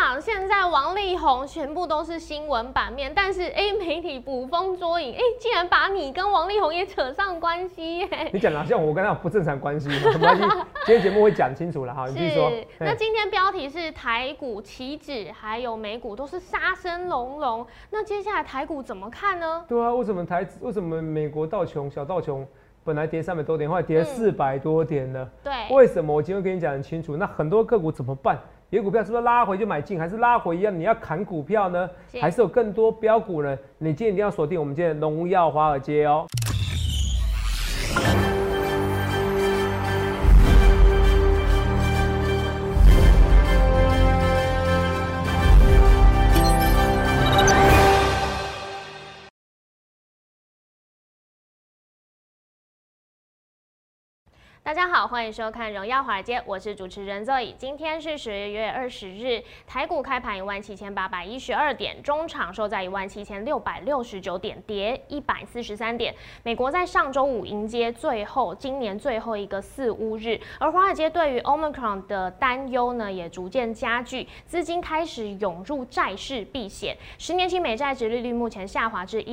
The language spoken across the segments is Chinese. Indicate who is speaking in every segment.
Speaker 1: 场现在王力宏全部都是新闻版面，但是媒体捕风捉影，竟然把你跟王力宏也扯上关系耶！
Speaker 2: 你讲的像我跟他有不正常关系吗？没关系，今天节目会讲清楚了哈。你继续说。
Speaker 1: 那今天标题是台股、期指还有美股都是杀声隆隆，那接下来台股怎么看呢？
Speaker 2: 对啊，为什么美国小道琼本来跌300多点，后来跌400多点了？
Speaker 1: 对，
Speaker 2: 为什么？我今天跟你讲很清楚。那很多个股怎么办？有股票是不是拉回就买进，还是拉回一样你要砍股票呢？还是有更多标股呢？你今天一定要锁定我们今天的荣耀华尔街哦。
Speaker 1: 大家好，欢迎收看《荣耀华尔街》，我是主持人 Zoe。今天是11月20日，台股开盘17812点，中场收在17669点，跌143点。美国在上周五迎接今年最后一个4乌日，而华尔街对于 Omicron 的担忧呢，也逐渐加剧，资金开始涌入债市避险。10年期美债殖利率目前下滑至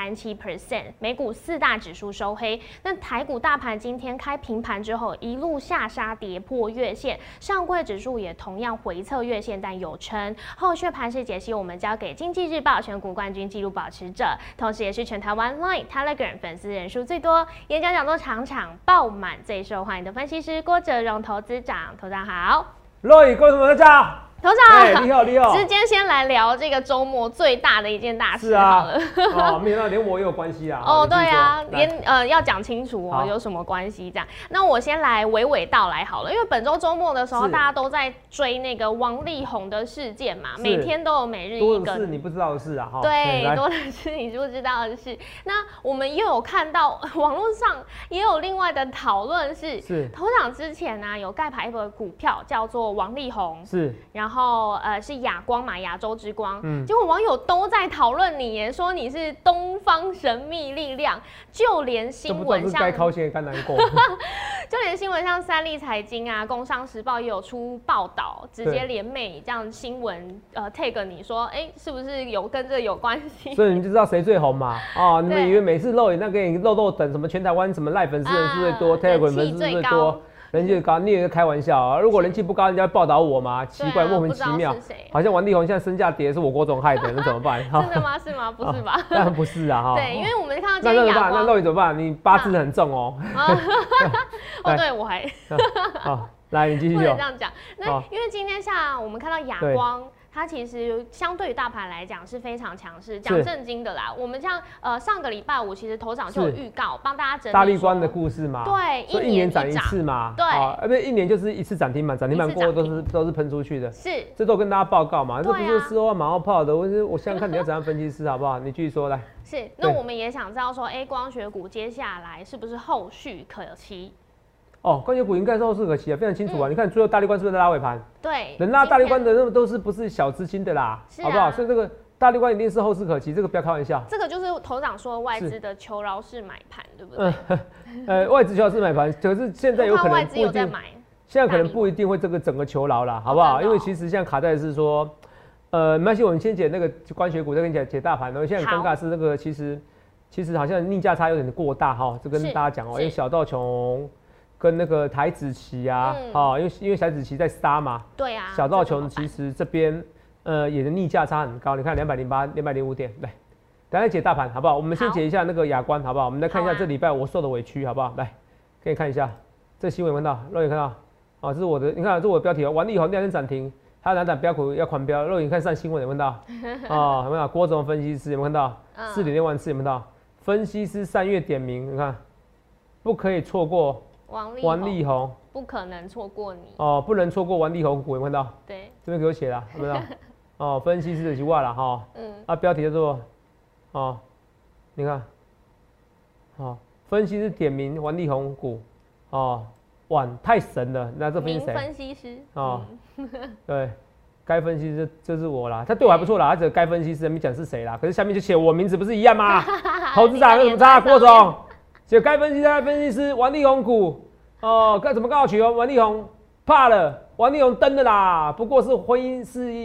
Speaker 1: 1.37%，美股4大指数收黑。那台股大盘今天开平盘之后一路下杀，跌破月线，上柜指数也同样回测月线，但有撑。后续盘势解析，我们交给经济日报选股冠军纪录保持者，同时也是全台湾 Line、Telegram 粉丝人数最多、演讲讲座场场爆满、最受欢迎的分析师郭哲荣投资长。投资长好。
Speaker 2: Roy，各位同学大家好。
Speaker 1: 头长，
Speaker 2: 你好，
Speaker 1: 直接先来聊这个周末最大的一件大事好了。
Speaker 2: 没想到连我也有关系啊。
Speaker 1: 对啊，要讲清楚有什么关系这样。那我先来娓娓道来好了，因为本周末的时候，大家都在追那个王力宏的事件嘛，每天都有每日一根。
Speaker 2: 多的是你不知道的事啊，
Speaker 1: 对，多的是你不知道的事。那我们又有看到网络上也有另外的讨论是头长之前呢有盖牌一个股票叫做王力宏，然后是亚光嘛，亚洲之光，结果网友都在讨论你耶，说你是东方神秘力量，就连新闻像该
Speaker 2: 高兴该难过，
Speaker 1: 就连新闻像三立财经啊、工商时报也有出报道，直接连美这样新闻tag 你说，是不是有跟这有关系？
Speaker 2: 所以你就知道谁最红嘛？你们以为每次露脸那给你露等什么全台湾什么赖粉丝人数最多 ，Telegram 粉丝最多。人气高，你以为开玩笑啊？如果人气不高，人家会报道我吗？奇怪，莫名其妙。好像王力宏现在身价跌是我郭总害的，那怎么办？
Speaker 1: 真的吗？是吗？不是吧？
Speaker 2: 当然不是啊！
Speaker 1: 对，因为我们看到今天亚光，
Speaker 2: 那肉眼怎么办？你八字很重哦。
Speaker 1: 对，我还。
Speaker 2: 来，你继续。
Speaker 1: 不能这样讲。那因为今天像我们看到亚光。它其实相对于大盘来讲是非常强势，讲正经的啦。我们像上个礼拜五，其实头场就有预告，帮大家整理
Speaker 2: 大立光的故事嘛。
Speaker 1: 对，
Speaker 2: 一年涨一次嘛。
Speaker 1: 对，
Speaker 2: 不是一年就是一次涨停板，涨停板过后都是喷出去的。
Speaker 1: 是，
Speaker 2: 这都跟大家报告嘛。这不是事后马后炮的。我想想看你要怎样分析师好不好？你继续说来。
Speaker 1: 是，那我们也想知道说光学股接下来是不是后续可期？
Speaker 2: 光学股应该是后市可期啊，非常清楚啊。你看最后大立光是不是在拉尾盘？
Speaker 1: 对，
Speaker 2: 能拉大立光的那都是不是小资金的啦，好不好？所以这个大立光一定是后市可期，这个不要开玩笑。
Speaker 1: 这个就是头长说外资的求饶式买盘，对不对？
Speaker 2: 外资求饶式买盘，可是现在有可能
Speaker 1: 外资有在买，
Speaker 2: 现在可能不一定会这个整个求饶啦，好不好？因为其实现在卡在是说，没关系，我们先解那个光学股，再跟你解大盘。然后现在很尴尬是那个其实好像逆价差有点过大哈，这跟大家讲因为小道琼。跟那个台指期啊，因为台指期在杀嘛，
Speaker 1: 对啊，
Speaker 2: 小道琼其实这边也的逆价差很高，你看208、205点，来，等下解大盘好不好？我们先解一下那个亚光好不好？我们来看一下这礼拜我受的委屈好不好？来，给你看一下，这新闻有看到，肉眼看到，这是我的，你看这是我的标题王力宏2天涨停，还有哪档标股要狂飙？肉眼看上新闻有看到？有没有？郭总分析师有没有看到？4.6万次有没有看到？分析师3月点名，你看，不可以错过。王力宏
Speaker 1: 不可能错过你
Speaker 2: 不能错过王力宏股，有没有看到？
Speaker 1: 对，
Speaker 2: 这边给我写了，有没有？分析师的计划了哈，标题叫做你看，分析师点名王力宏股，哇，太神了，那这分析谁？
Speaker 1: 分析师
Speaker 2: 对，该分析师就是我啦，他对我还不错啦，他只该分析师没讲是谁啦，可是下面就写我名字不是一样吗？投资长有什么差？郭总。就该分析师王力宏股该怎么刚好取王力宏怕了，王力宏登的啦，不过是婚姻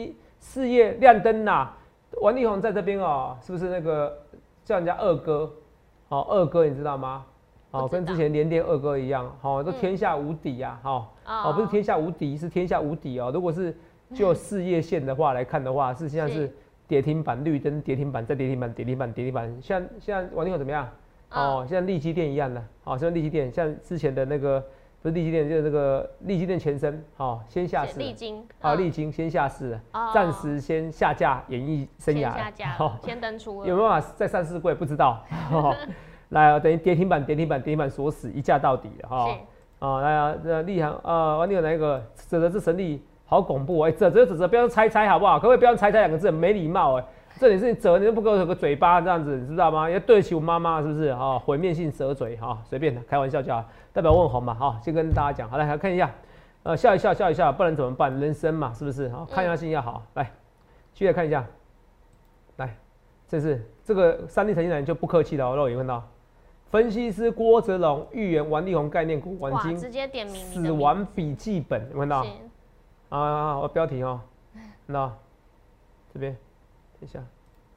Speaker 2: 事业亮灯啦。王力宏在这边哦，是不是那个叫人家二哥？哦，二哥你知道吗？哦，跟之前联电二哥一样，哦，都天下无敌啊，哦，不是天下无敌，是天下无敌哦。如果是就事业线的话来看的话，是现在是跌停板、绿灯、跌停板、再跌停板、跌停板、跌停板。现在王力宏怎么样？哦，像力积电一样的，好，像力积电，像之前的那个不是力积电，就是那个力积电前身，好，先下市，
Speaker 1: 力晶，
Speaker 2: 力晶先下市，暂时先下架演艺生涯，
Speaker 1: 先下架，先登出了，
Speaker 2: 有没有办法再上市柜？不知道，来，等于跌停板、跌停板、跌停板锁死，一架到底了哈。哦，来啊，这立行王力宏哪一个？泽之神力，好恐怖哎！泽，不要用猜好不好？可不可以不要用猜两个字？很没礼貌哎。这里是你折，你都不给我有个嘴巴这样子，你知道吗？要对得起我妈妈是不是？哈，毁灭性舌嘴哈，随便的，开玩笑就好，代表问红嘛哈。先跟大家讲，好来看一下，笑一笑，不然怎么办？人生嘛，是不是？好，抗压性要好。来，继续来看一下，来，这个3D财经台就不客气了，肉眼看到。分析师郭哲龙预言王力宏概念股晚金
Speaker 1: 直接点名
Speaker 2: 死亡笔记本，有看到？我标题哦，看到？这边，等一下。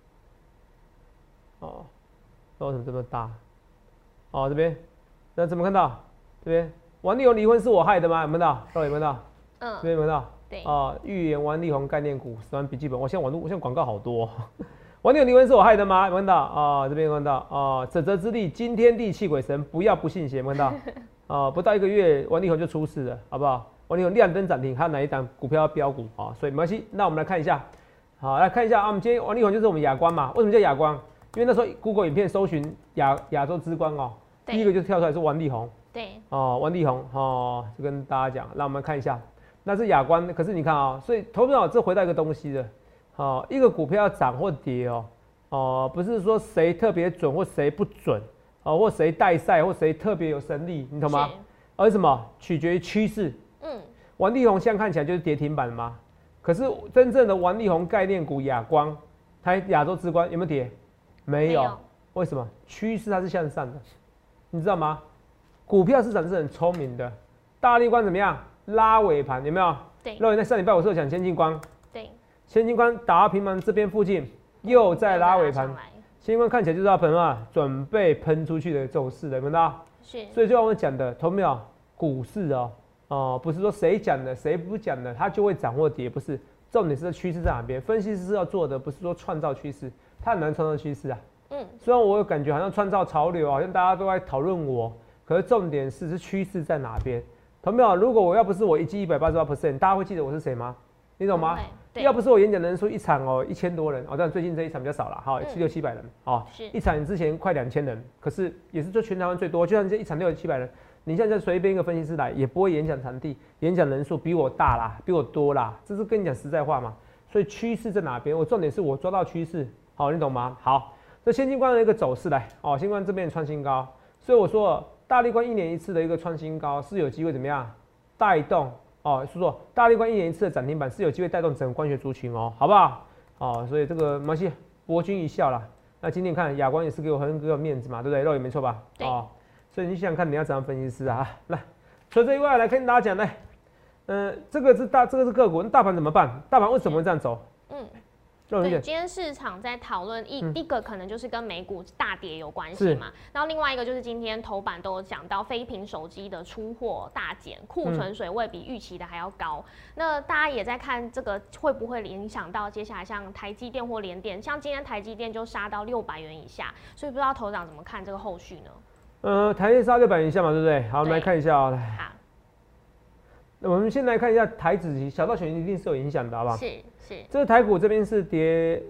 Speaker 2: 哦，为什么这么大？哦，这边，那怎么看到？这边，王力宏离婚是我害的吗？有没有看到？有没有看到？这边有没有看到？
Speaker 1: 对。
Speaker 2: 预言王力宏概念股死亡笔记本，我现在广告好多。王力宏离婚是我害的吗？有看到？这边有看到？泽之力惊天地泣鬼神，不要不信邪，有看到？不到1个月，王力宏就出事了，好不好？王力宏亮灯涨停，还有哪一档股票要标股啊？所以没关系，那我们来看一下，好，来看一下我们今天王力宏就是我们亚光嘛？为什么叫亚光？因为那时候 Google 影片搜寻亚洲之光哦，第一个就跳出来是王力宏，
Speaker 1: 对，
Speaker 2: 王力宏就跟大家讲，让我们看一下，那是亚光，可是你看所以投资者这回到一个东西的，一个股票要涨或跌不是说谁特别准或谁不准，或谁带赛或谁特别有神力，你懂吗？而是什么？取决于趋势。王力宏现在看起来就是跌停板吗？可是真正的王力宏概念股亚光，它亚洲之光有没有跌？没有，为什么？趋势它是向上的，你知道吗？股票市场是很聪明的，大立光怎么样？拉尾盘有没有？
Speaker 1: 对。
Speaker 2: 肉眼在上礼拜我是有讲先进光，
Speaker 1: 对。
Speaker 2: 先进光打到平盘这边附近，又在拉尾盘，先进光看起来就是要准备喷出去的走势的，有没有看到？是。所以就像我讲的，投没有？股市不是说谁讲的谁不讲的，它就会涨或跌，不是。重点是趋势在哪边？分析师要做的不是说创造趋势。它很难创造趋势啊。虽然我有感觉好像创造潮流，好像大家都在讨论我，可是重点是趋势在哪边？懂没有？如果要不是我一季188%，大家会记得我是谁吗？你懂吗？要不是我演讲人数一场1000多人但最近这一场比较少了，600-700人一场之前快2000人，可是也是就全台湾最多，就像这一场600-700人，你现在随便一个分析师来，也不会演讲场地，演讲人数比我大啦，比我多啦，这是跟你讲实在话嘛。所以趋势在哪边？我重点是我抓到趋势。好，你懂吗？好，这先进光的一个走势来，先进光这边创新高，所以我说大立光1年1次的一个创新高是有机会怎么样带动是说大立光1年1次的涨停板是有机会带动整个光学族群好不好？所以这个没关系，博君一笑啦。那今天看亚光也是给我面子嘛，对不对？肉也没错吧？
Speaker 1: 对。
Speaker 2: 所以你想想看你要怎样分析师啊？来，除了这以外，来跟大家讲来，这个是个股，那大盘怎么办？大盘为什么会这样走？
Speaker 1: 对，今天市场在讨论一个可能就是跟美股大跌有关系嘛，然后另外一个就是今天头版都有讲到非屏手机的出货大减，库存水位比预期的还要高。那大家也在看这个会不会影响到接下来像台积电或联电，像今天台积电就杀到600元以下，所以不知道头长怎么看这个后续呢？
Speaker 2: 台积杀600元以下嘛，对不对？好，我们来看一下好。那我们先来看一下台指期，小道权一定是有影响的，好不好？是。这个台股这边是跌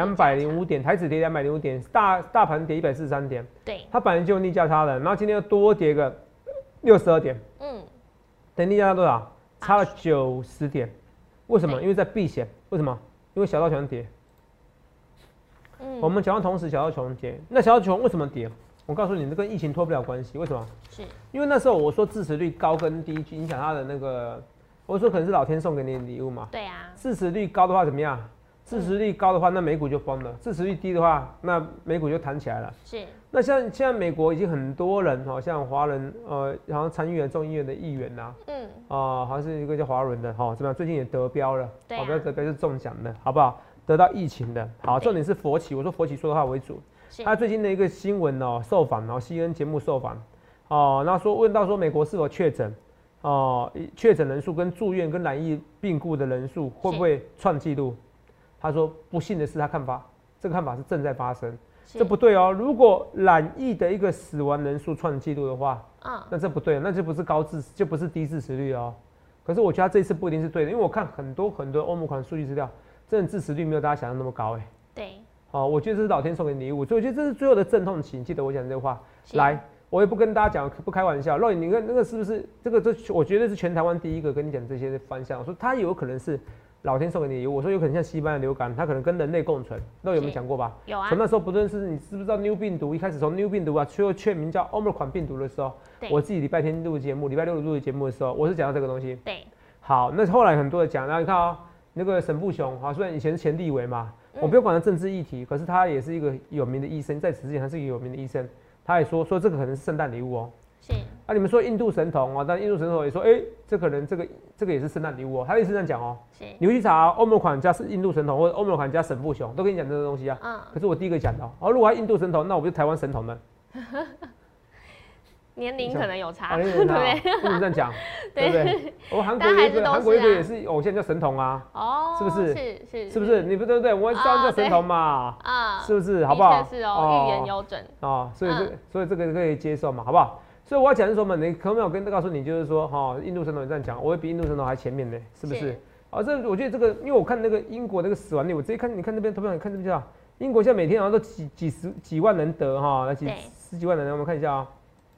Speaker 2: 205点，台指跌205点，大盘跌143点。对。它本来就有逆价差的，然后今天又多跌个62点。等逆价差多少？差了90点。为什么？因为在避险。为什么？因为小道权跌。我们讲到同时小道权跌，那小道权为什么跌？我告诉你，这跟疫情脱不了关系。为什么？是因为那时候我说支持率高跟低影响它的那个，我说可能是老天送给你的礼物嘛。对啊。支持率高的话怎么样？ 支持率高的话，那美股就崩了；支持率低的话，那美股就弹起来了。
Speaker 1: 是。
Speaker 2: 那像现在美国已经很多人像华人好像参议员、众议院的议员呐，好像是一个叫华伦的怎么样？最近也得标了，
Speaker 1: 对啊，
Speaker 2: 得标是中奖的，好不好？得到疫情的，好，重点是佛奇，我说佛奇说的话为主。他最近的一个新闻受访CNN 节目受访然后问到说美国是否确诊确诊人数跟住院跟染疫病故的人数会不会创纪录？他说不幸的是他看法，这个看法是正在发生，这不对哦。如果染疫的一个死亡人数创纪录的话，那这不对，那就不是就不是低致死率哦。可是我觉得他这一次不一定是对的，因为我看很多欧盟款数据资料，真的致死率没有大家想象那么高
Speaker 1: 对。
Speaker 2: 我觉得这是老天送给你礼物，所以我觉得这是最后的阵痛期。记得我讲这个话，来，我也不跟大家讲，不开玩笑。肉眼，你看那个是不是我觉得是全台湾第一个跟你讲这些方向。我说它有可能是老天送给你的礼物，我说有可能像西班牙流感，它可能跟人类共存。肉有没有讲过吧？
Speaker 1: 有啊。
Speaker 2: 从那时候不论是你知不知道 New 病毒，一开始从 New 病毒最后确名叫 Omicron 病毒的时候，我自己礼拜天录节目，礼拜六录节目的时候，我是讲到这个东西。
Speaker 1: 对。
Speaker 2: 好，那后来很多人讲，然后你看那个沈富雄虽然以前是前立委嘛。我不用管他政治议题，可是他也是一个有名的医生，在此之前他是一个有名的医生，他也说这个可能是圣诞礼物哦。
Speaker 1: 是。
Speaker 2: 你们说印度神童但印度神童也说，这可能这个也是圣诞礼物哦。他的意思这样讲哦。
Speaker 1: 是。
Speaker 2: 你会去查欧盟款加是印度神童，或者欧盟款加沈富雄，都跟你讲这个东西啊。可是我第一个讲的如果他印度神童，那我不是台湾神童了。
Speaker 1: 年龄可能有差，
Speaker 2: 对不对？为什么这样讲？对不对？我韩国一个也是偶像叫神童啊，是不是？是不是？你不对不对？我知道叫神童嘛，是不是？好不好？
Speaker 1: 是哦，预言有准
Speaker 2: 所以这个可以接受嘛，好不好？所以我要讲是说嘛，你可没有告诉你，就是说印度神童这样讲，我会比印度神童还前面的，是不是？这我觉得这个，因为我看那个英国那个死亡率，我直接看，你看那边投票，你看这边英国现在每天好像都几万人得十几万人，我们看一下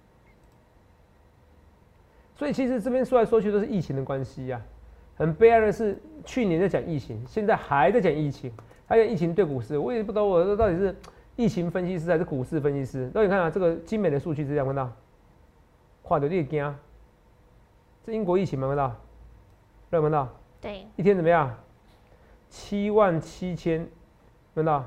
Speaker 2: 所以其实这边说来说去都是疫情的关系很悲哀的是，去年在讲疫情，现在还在讲疫情，还有疫情对股市，我也不懂我到底是疫情分析师还是股市分析师。那你看这个精美的数据资料看到，看到你会惊，这英国疫情有没有看到？有没有看到？
Speaker 1: 对，
Speaker 2: 一天怎么样？77000，看到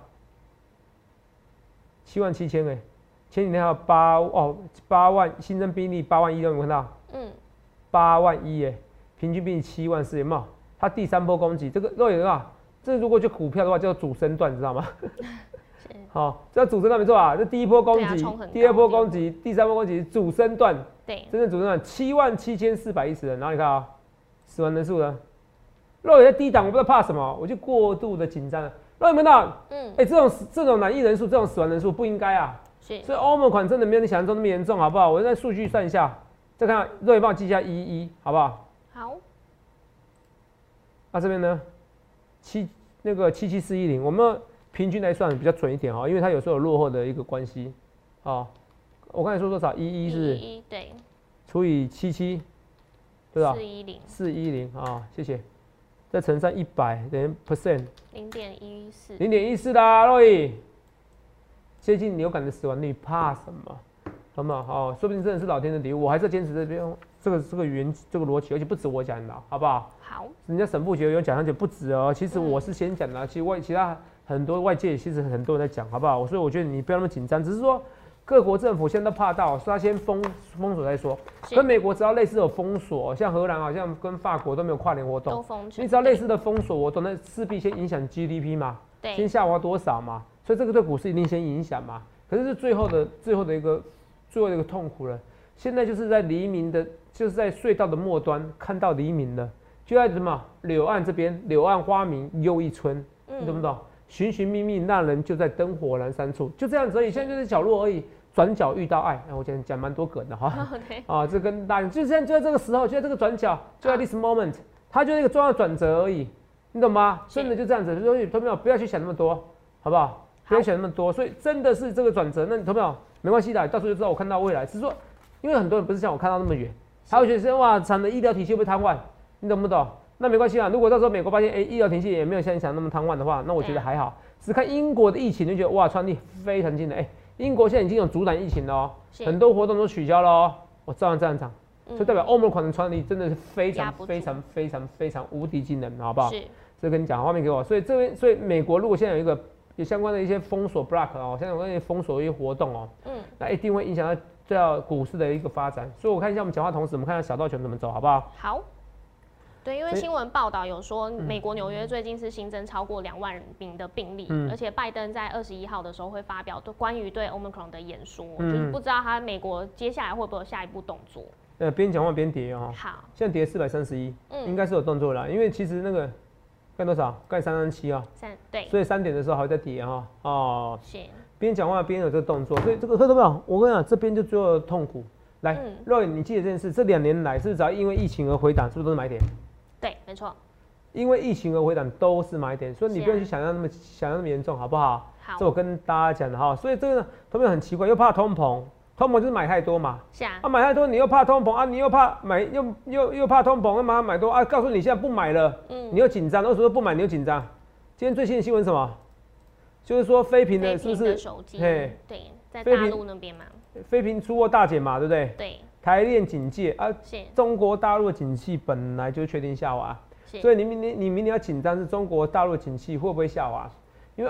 Speaker 2: ？77000前几天还有8万新增病例8万1，有没有看到？8万1平均病例7万4，有没有？它第三波攻击，这个肉眼这如果就股票的话叫主升段，你知道吗？这主升段没错这第一波攻击，第二波攻击，第三波攻击，主升段，
Speaker 1: 对，真
Speaker 2: 正主升段77410人，然后你看死亡人数呢，肉眼在低档，我不知道怕什么，我就过度的紧张了。肉眼看到，这种染疫人数，这种死亡人数不应该所以欧盟款真的没有你想象中那么严重，好不好？我在数据算一下。再看，肉眼帮我记一下11，好不好？
Speaker 1: 好。
Speaker 2: 那这边呢，77410，我们平均来算比较准一点因为它有时候有落后的一个关系我刚才说多少？11是
Speaker 1: 11，对。
Speaker 2: 除以77，对吧
Speaker 1: ？410
Speaker 2: 谢谢。再乘上100等于 percent。
Speaker 1: 0.14。
Speaker 2: 0.14啦，肉眼。接近流感的死亡率，怕什么？好不好？说不定真的是老天的礼物，我还是坚持这边这个逻辑，而且不止我讲的，好不好？
Speaker 1: 好。
Speaker 2: 人家沈富学有讲，而且不止其实我是先讲的，其他很多外界其实很多人在讲，好不好？所以我觉得你不要那么紧张，只是说各国政府现在都怕到，说他先封锁再说。跟美国只要类似有封锁，像荷兰好像跟法国都没有跨年活动，你只要类似的封锁活动，那势必先影响 GDP 嘛，先下滑多少嘛，所以这个对股市一定先影响嘛。可是最后的一个痛苦了，现在就是在黎明的，就是在隧道的末端看到黎明了，就在什么柳岸这边，柳岸花明又一村，你懂不懂？寻寻觅觅，那人就在灯火阑珊处，就这样子而已。现在就是角落而已，转角遇到爱。我讲蛮多梗的这跟大家就这样，就在这个时候，就在这个转角，就在 this moment， 它就是一个重要的转折而已，你懂吗？真的就这样子，所以投票不要去想那么多，好不好？不要想那么多，所以真的是这个转折，那你投票没关系的，到时候就知道我看到未来。只是说，因为很多人不是像我看到那么远，他会觉得哇，产的医疗体系会不会瘫痪？你懂不懂？那没关系啊，如果到时候美国发现医疗体系也没有像你想那么瘫痪的话，那我觉得还好。只看英国的疫情就觉得哇，传递非常近的英国现在已经有阻挡疫情了很多活动都取消了我照样这样讲，所以代表欧盟款的传染力真的是非常无敌惊人，好不好？ 这跟你讲，画面给我。所以这边，所以美国如果现在有一个有相关的一些封锁 block 哦，现在有那些封锁一些活动哦，那一定会影响到这股市的一个发展。所以我看一下我们讲话同时，我们看一下小道琼怎么走，好不好？
Speaker 1: 好。对，因为新闻报道有说，美国纽约最近是新增超过2万名的病例，而且拜登在21号的时候会发表关于对 Omicron 的演说，就是不知道他美国接下来会不会有下一步动作。
Speaker 2: 边讲话边跌哦。
Speaker 1: 好，
Speaker 2: 现在跌431，应该是有动作了，因为其实那个干多少？干337啊。
Speaker 1: 对。
Speaker 2: 所以3点的时候还会再跌哈。哦。
Speaker 1: 是。
Speaker 2: 边讲话边有这个动作，所以这个看到没有？我跟你讲，这边就最后痛苦。来，肉眼，你记得这件事，这2年来是只要因为疫情而回档，是不是都是买点？
Speaker 1: 对，没错。
Speaker 2: 因为疫情而回档都是买点，所以你不用去想象那么严重，好不好？
Speaker 1: 好。
Speaker 2: 这我跟大家讲的哈，所以这个呢，同学很奇怪，又怕通膨，通膨就是买太多嘛。
Speaker 1: 是啊。
Speaker 2: 买太多，你又怕通膨啊，你又怕买又怕通膨，干嘛买多啊？告诉你现在不买了，你又紧张，为什么不买你又紧张？今天最新的新闻是什么？就是说非屏的是不是？
Speaker 1: 手机。对，在大陆那边嘛。
Speaker 2: 非屏出货大减嘛，对不对？
Speaker 1: 对。
Speaker 2: 台链警戒啊，中国大陆的景气本来就确定下滑，所以你明年要紧张是中国大陆的景气会不会下滑？因为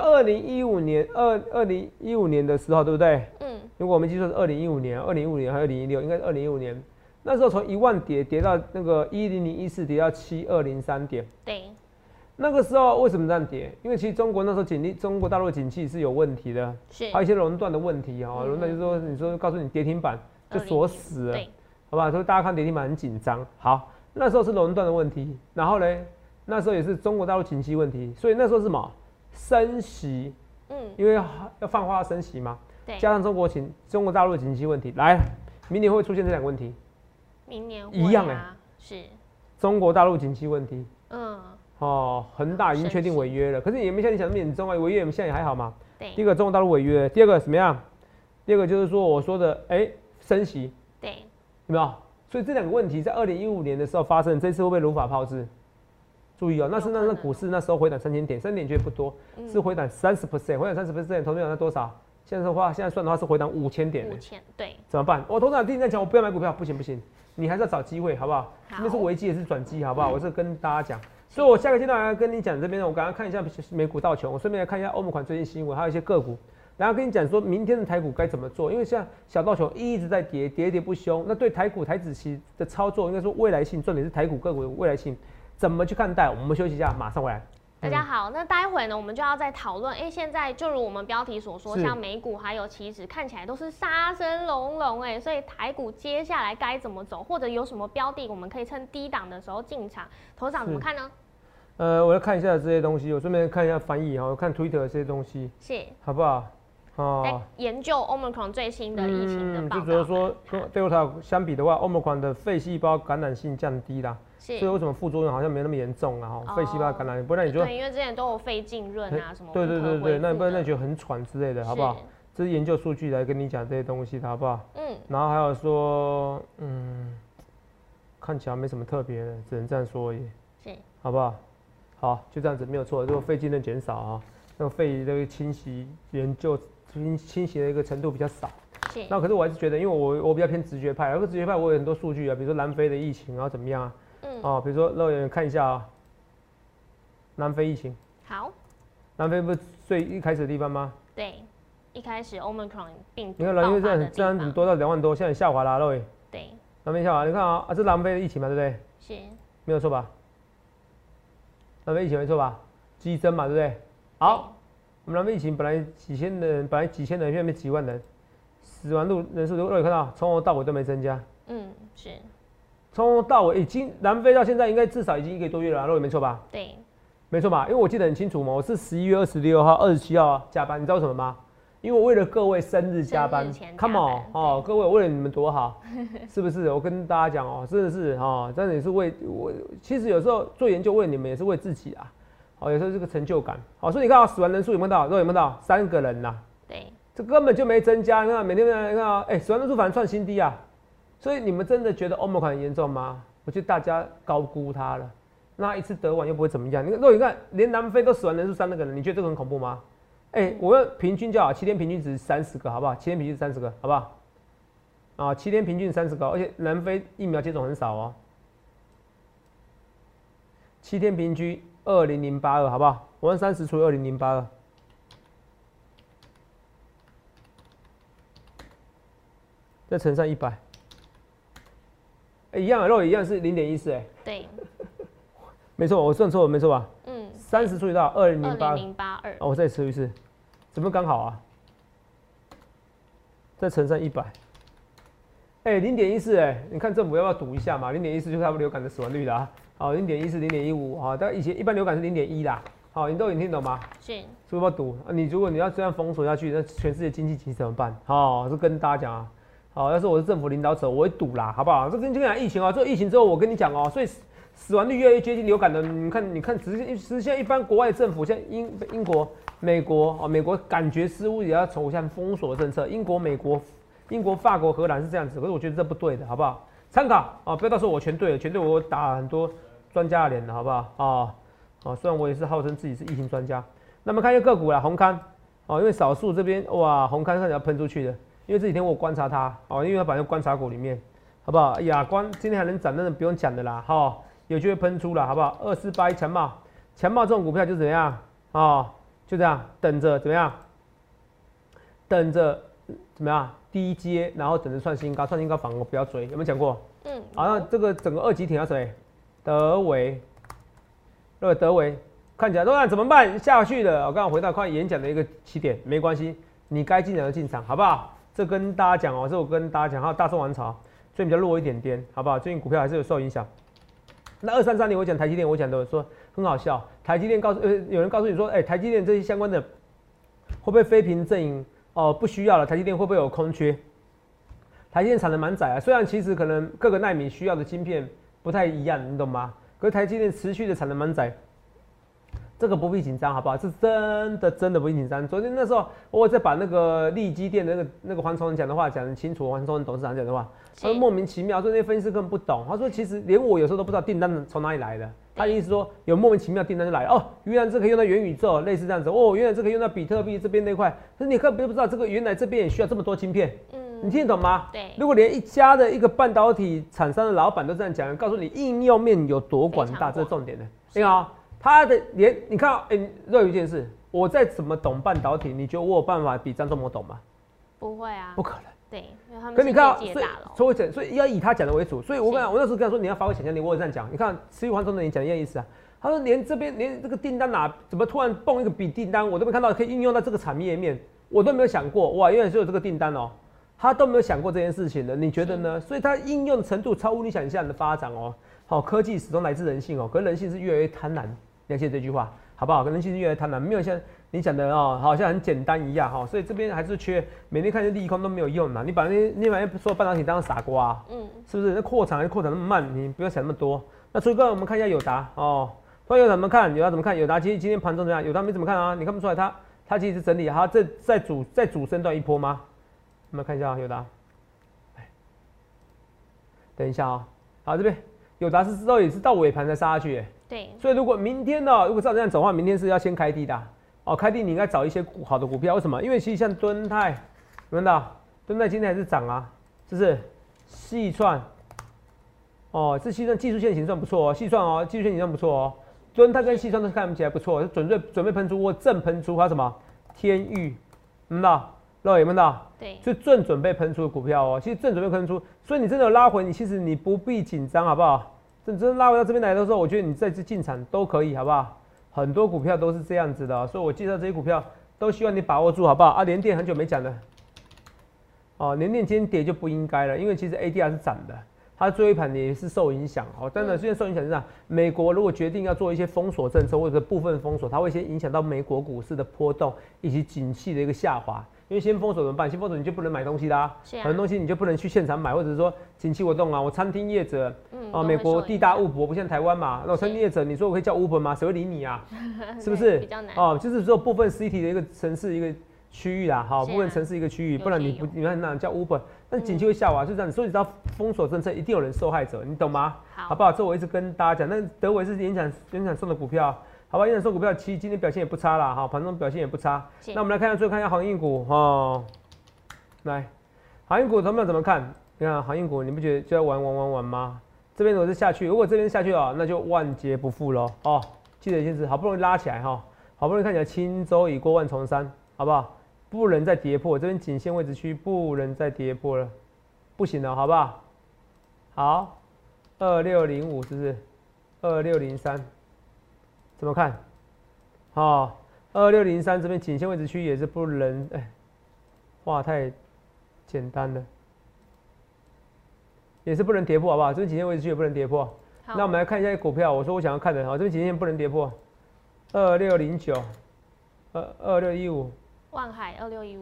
Speaker 2: 2015年的时候，对不对？如果我们记错是2015年还是2016，应该是2015年，那时候从1万跌到那个10014跌到7203点。
Speaker 1: 对。
Speaker 2: 那个时候为什么这样跌？因为其实中国那时候中国大陆的景气是有问题的，还有一些垄断的问题啊，垄断就是说你说告诉你跌停板。就锁死了，好吧？所以大家看跌停板很紧张。好，那时候是垄断的问题，然后呢，那时候也是中国大陆景气问题，所以那时候是什么？升息，因为要放话升息嘛，加上中国大陆的景气问题，来，明年会出现这2个问题。
Speaker 1: 明年
Speaker 2: 一样
Speaker 1: 是
Speaker 2: 中国大陆景气问题。恒大已经确定违约了，可是也没像你想那么严重啊，违约现在也还好嘛。
Speaker 1: 对。
Speaker 2: 第一个中国大陆违约，第二个怎么样？第二个就是说我说的，升息，
Speaker 1: 对，
Speaker 2: 有没有？所以这2个问题在2015年的时候发生，这次会不会如法炮制？注意哦，那是股市那时候回档3000点，3点绝对不多，是回档30%，回档30%，投资者那多少？现在算的话是回档5000点
Speaker 1: ，5000，对，
Speaker 2: 怎么办？我投资者第一天讲我不要买股票，不行，你还是要找机会，好不好？那是危机也是转机，好不好？我是跟大家讲，所以我下个阶段要跟你讲这边，我刚刚看一下美股道琼，我顺便来看一下欧盟款最新新闻，还有一些个股。然后跟你讲说明天的台股该怎么做，因为像小道琼一直在跌不休，那对台股台指期的操作，应该说未来性，重点是台股个股的未来性怎么去看待？我们休息一下，马上回来。
Speaker 1: 大家好，那待会呢，我们就要再讨论。现在就如我们标题所说，像美股还有期指看起来都是杀声隆隆，所以台股接下来该怎么走，或者有什么标的我们可以趁低档的时候进场，头长怎么看呢？
Speaker 2: 我要看一下这些东西，我顺便看一下翻译哈，我看 Twitter 这些东西，
Speaker 1: 是好
Speaker 2: 不好？
Speaker 1: 在研究 Omicron 最新的疫情的报道，
Speaker 2: 就觉得说跟 Delta 相比的话 ，Omicron 的肺细胞感染性降低啦，所以为什么副作用好像没那么严重啊？肺细胞感染，不然你就
Speaker 1: 对，因为之前都有肺浸润啊什么，
Speaker 2: 对，那不然那觉得很喘之类的，好不好？这是研究数据来跟你讲这些东西的，好不好？然后还有说，看起来没什么特别的，只能这样说而已，是，好不好？好，就这样子没有错，这个肺浸润减少啊，那个肺这个清洗研究。清洗的一个程度比较少，那可是我还是觉得，因为我比较偏直觉派，而直觉派我有很多数据啊，比如说南非的疫情，然后怎么样啊？比如说让人看一下啊，南非疫情。
Speaker 1: 好。
Speaker 2: 南非不是最一开始的地方吗？
Speaker 1: 对，一开始 Omicron 病毒。
Speaker 2: 你看南非这样很多到2万多，现在下滑啦，肉。
Speaker 1: 对。
Speaker 2: 南非下滑，你看啊，这南非的疫情嘛，对不对？
Speaker 1: 是。
Speaker 2: 没有错吧？南非疫情没错吧？激增嘛，对不对？好。我们南非疫情本来几千人，现在变几万人，死亡人数都有看到，从头到尾都没增加。
Speaker 1: 是。从
Speaker 2: 头到尾南非到现在应该至少已经1个多月了，如果没错吧？
Speaker 1: 对。
Speaker 2: 没错吧？因为我记得很清楚嘛，我是11月26号、27号加班，你知道为什么吗？因为我为了各位生日加班 ，Come on 各位，我为了你们多好，是不是？我跟大家讲哦，真的是真的也是为我，其实有时候做研究为你们也是为自己啊。有时候这个成就感，所以你看死亡人数有没有到？有没有到3个人呐？
Speaker 1: 对，
Speaker 2: 这根本就没增加。你看每天你看死亡人数反而创新低啊。所以你们真的觉得 Omicron 很严重吗？我觉得大家高估它了。那一次得完又不会怎么样。如果你看连南非都死亡人数3个人，你觉得这个很恐怖吗？我要平均就好，7天平均值30个，好不好？7天平均30个，好不好？7天平均30个，而且南非疫苗接种很少哦。7天平均 20082，好不好？53000除以20082，再乘上100，一样啊，肉也一样是0.14，哎，
Speaker 1: 对，
Speaker 2: 没错，我算错了，没错吧？
Speaker 1: 嗯
Speaker 2: 30除以到
Speaker 1: 2082，
Speaker 2: 哦，我再除一次，怎么刚好啊？再乘上100，哎，0.14，哎，你看政府要不要赌一下嘛？0.14就是他们流感的死亡率啦。好，0.14、0.15，好，但以前一般流感是0.1啦。好，你都有听懂吗？
Speaker 1: 是。
Speaker 2: 是不是要赌？啊，如果你要这样封锁下去，那全世界经济怎么办？好，是跟大家讲啊。好，要是我是政府领导者，我会赌啦，好不好？这跟疫情啊，这疫情之后，我跟你讲哦，所以死亡率越来越接近流感的。你看，只是现在一般国外政府，像英国、美国啊，美国感觉似乎也要走向封锁政策。英国、法国、荷兰是这样子，可是我觉得这不对的，好不好？参考啊，不要到时候我全对了，全对我打很多专家的脸了，好不好？虽然我也是号称自己是疫情专家。那么看一下个股啦，红磡因为少数这边哇，红磡看起来要喷出去的，因为这几天我观察它因为它本来观察股里面，好不好？亚光今天还能涨，那不用讲的啦，有机会喷出了，好不好？2481强茂这种股票就怎么样就这样等着怎么样？等着怎么样？低阶，然后等着创新高，创新高反而不要追，有没有讲过？好，那这个整个2级挺要谁？德微，看起来都怎么办？下去了，我刚刚回到快演讲的一个起点，没关系，你该进场就进场，好不好？这跟大家讲这我跟大家讲，还有大宋王朝最近比较弱一点点，好不好？最近股票还是有受影响。那2330年我讲台积电，我讲的说很好笑，台积电有人告诉你说，台积电这些相关的会不会非屏阵营不需要了？台积电会不会有空缺？台积电产能蛮窄啊，虽然其实可能各个奈米需要的晶片不太一样，你懂吗？可是台积电持续的产能蛮窄，这个不必紧张，好不好？是真的不必紧张。昨天那时候我在把那个力积电的那个黄崇仁讲的话讲得清楚，黄崇仁董事长讲的话，他说莫名其妙，说那些分析师根本不懂。他说其实连我有时候都不知道订单从哪里来的。他的意思说有莫名其妙订单就来了原来这可以用到元宇宙，类似这样子原来这可以用到比特币这边那块，可是你根本不知道这个原来这边也需要这么多晶片。你听得懂吗？
Speaker 1: 对。
Speaker 2: 如果连一家的一个半导体厂商的老板都这样讲，告诉你应用面有多广大，这是重点的。你看他的你看肉有一件事，我再怎么懂半导体，你觉得我有办法比张忠谋懂吗？
Speaker 1: 不会啊，
Speaker 2: 不可能。
Speaker 1: 对，因为他们
Speaker 2: 可你看所以要以他讲的为主。所以我那时候跟他说你要发挥想象力，我也这样讲。你看持续黄忠的你讲一样意思啊。他说连这个订单怎么突然蹦一个笔订单，我都没看到可以应用到这个产业面，我都没有想过哇，原来是有这个订单他都没有想过这件事情的，你觉得呢？所以它应用程度超乎你想象的发展科技始终来自人性可是人性是越来越贪婪，了解这句话好不好？人性是越来越贪婪，没有像你讲的好像很简单一样所以这边还是缺，每天看见利空都没有用你把所有半导体当傻瓜是不是？那扩产那么慢，你不要想那么多。那所以刚才我们看一下友达友达怎么看？友达其实今天盘中怎么样？友达没怎么看啊，你看不出来它其实是整理，它在主升段一波吗？我们看一下友达，等一下好，这边友达是也是到尾盘才杀下去
Speaker 1: 对，
Speaker 2: 所以如果明天如果照这样走的话，明天是要先开低的开低你应该找一些好的股票，为什么？因为其实像敦泰，有没有看到？敦泰今天还是涨啊，是不是？细创，这细创技术线型算不错细创技术线型算不错敦泰跟细创都看起来不错，准备喷出或正喷出，还有什么天域，有没有到？有没有到？
Speaker 1: 对，
Speaker 2: 所以正准备喷出的股票其实正准备喷出，所以你真的有拉回，其实你不必紧张，好不好？真的拉回到这边来的时候，我觉得你再次进场都可以，好不好？很多股票都是这样子的所以我介绍这些股票都希望你把握住，好不好？联电很久没讲了联电今天跌就不应该了，因为其实 ADR 是涨的，它最后一盘也是受影响真的，虽然受影响是这样，美国如果决定要做一些封锁政策或者部分封锁，它会先影响到美国股市的波动以及景气的一个下滑。因为先封锁怎么办？先封锁你就不能买东西啦，很多东西你就不能去现场买，或者是说景气活动我餐厅业者，美国地大物博，不像台湾嘛，那餐厅业者你说我可以叫 Uber 吗？谁会理你啊？是不是？
Speaker 1: 比较难
Speaker 2: 就是说部分 city 的一个城市一个区域啦，部分城市一个区域，不然你看那叫 Uber， 但景气会下滑，就这样子。所以你知道封锁政策一定有人受害者，你懂吗？好不好？这我一直跟大家讲，那德微是延产送的股票。好吧，延产送股票其实今天表现也不差啦，盘中表现也不差。那我们来看一下，最后看一下航运股来，航运股他们怎么看？你看航运股，你不觉得就要玩吗？这边如果是下去，如果这边下去那就万劫不复喽记得一件事，好不容易拉起来哈，好不容易看起来轻舟已过万重山，好不好？不能再跌破这边颈线位置区，不能再跌破了，不行了，好不好？好，2605是不是？2603怎么看？好，2603这边颈线位置区也是不能，画太简单了，也是不能跌破，好不好？这边颈线位置区也不能跌破。那我们来看一下股票，我说我想要看的，好，这边颈线不能跌破，2609， 2615。
Speaker 1: 万海2615，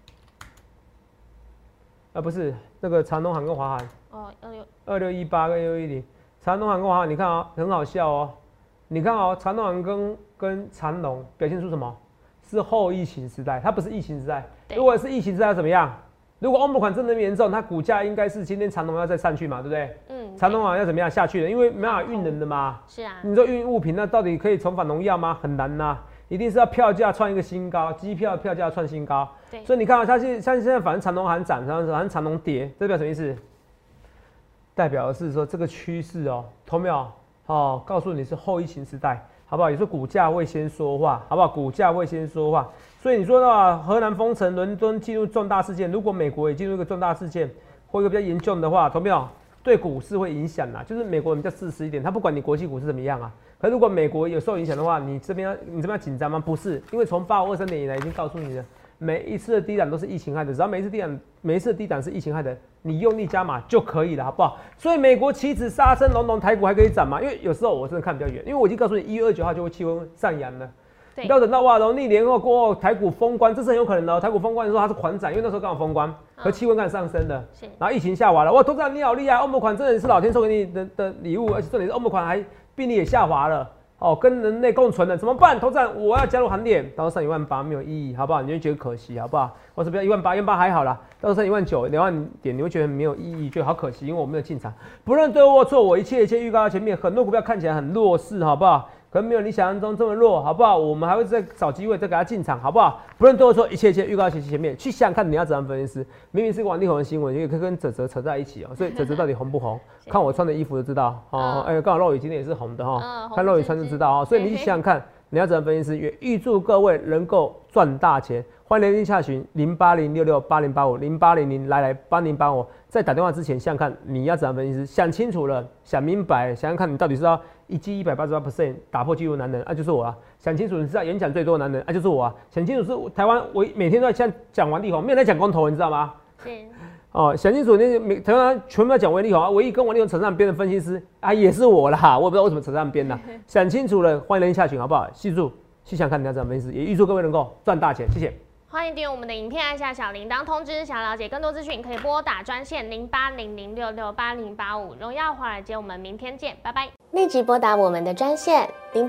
Speaker 2: 不是那个长荣航跟华航
Speaker 1: 哦
Speaker 2: ，2618跟2610，长荣航跟华航，你看啊，很好笑哦。你看哦，长荣航跟长荣表现出什么？是后疫情时代，它不是疫情时代。如果是疫情时代怎么样？如果欧盟款真的严重，它股价应该是今天长荣要再上去嘛，对不对？长荣航要怎么样下去的？因为没办法运人的嘛。
Speaker 1: 是啊。
Speaker 2: 你说运物品，那到底可以重返荣耀吗？很难呐。一定是要票价创一个新高，机票票价创新高。所以你看啊，像现在反正长荣航涨，反正长荣跌，这代表什么意思？代表的是说这个趋势哦，懂没有？哦，告诉你是后疫情时代，好不好？也是股价会先说话，好不好？股价会先说话。所以你说到荷兰封城，伦敦进入重大事件，如果美国也进入一个重大事件，或一个比较严重的话，懂没有？对股市会影响啦，就是美国人比较自私一点，他不管你国际股市怎么样啊。可是如果美国有受影响的话，你这边要紧张吗？不是，因为从8523年以来已经告诉你了，每一次的低档都是疫情害的，只要每一次的低档是疫情害的，你用力加码就可以了，好不好？所以美国期指杀声隆隆，台股还可以涨嘛？因为有时候我真的看比较远，因为我已经告诉你1月29号就会气温上扬了。你要等到哇，农历年后过后，台股封关，这是很有可能的。台股封关的时候它是狂涨，因为那时候刚好封关，和气温开始上升了，然后疫情下滑了。哇，董事长你好厉害，欧盟款真的是老天送给你的礼物，而且重点是欧盟款还病例也下滑了。哦，跟人类共存了，怎么办？投资人，我要加入行列，到时候上18000没有意义，好不好？你就觉得可惜，好不好？或者不要18000还好啦，到时候上19000、2万点，你会觉得没有意义，觉得好可惜，因为我没有进场。不论对或错，我一切预告到前面，很多股票看起来很弱势，好不好？可能没有你想象中这么弱，好不好？我们还会再找机会再给他进场，好不好？不论对或错，一切预告到前面，去想想看你要怎样分析师。明明是个王力宏的新闻，也可以跟泽扯在一起哦。所以泽到底红不红？看我穿的衣服就知道哦。刚好肉宇今天也是红的哈，看肉宇穿就知道哦。所以你想想看，你要怎样分析师？也预祝各位能够赚大钱。欢迎联系洽询08066800850800来帮您帮我。在打电话之前，想想看你要怎样分析师，想清楚了，想明白，想想看你到底是要一季188% 打破纪录的男人，就是我啊！想清楚你知道演讲最多的男人，就是我啊！想清楚是台湾每天都在讲王力宏，没有人在讲公投，你知道吗？
Speaker 1: 是。
Speaker 2: 哦，想清楚台湾全部在讲王力宏啊，唯一跟王力宏扯上边的分析师啊，也是我啦！我也不知道为什么扯上边啦。想清楚了，欢迎联系洽询，好不好？记住，去想看你要怎样分析师，也预祝各位能够赚大钱，谢谢。
Speaker 1: 欢迎订阅我们的影片，按下小铃铛通知。想了解更多资讯，可以拨打专线0800668085。荣耀华尔街，我们明天见，拜拜。
Speaker 3: 立即拨打我们的专线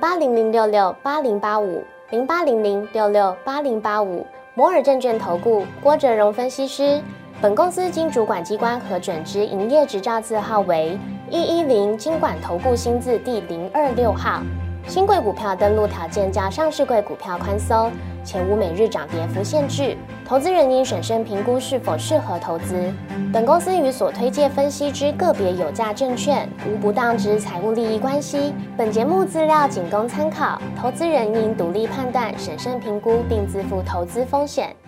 Speaker 3: 08006680850800668085。摩尔证券投顾郭哲荣分析师。本公司经主管机关核准之营业执照字号为110金管投顾新字第026号。新贵股票登录条件较上市贵股票宽松，且无每日涨跌幅限制。投资人应审慎评估是否适合投资。本公司与所推介分析之个别有价证券无不当之财务利益关系。本节目资料仅供参考，投资人应独立判断、审慎评估，并自负投资风险。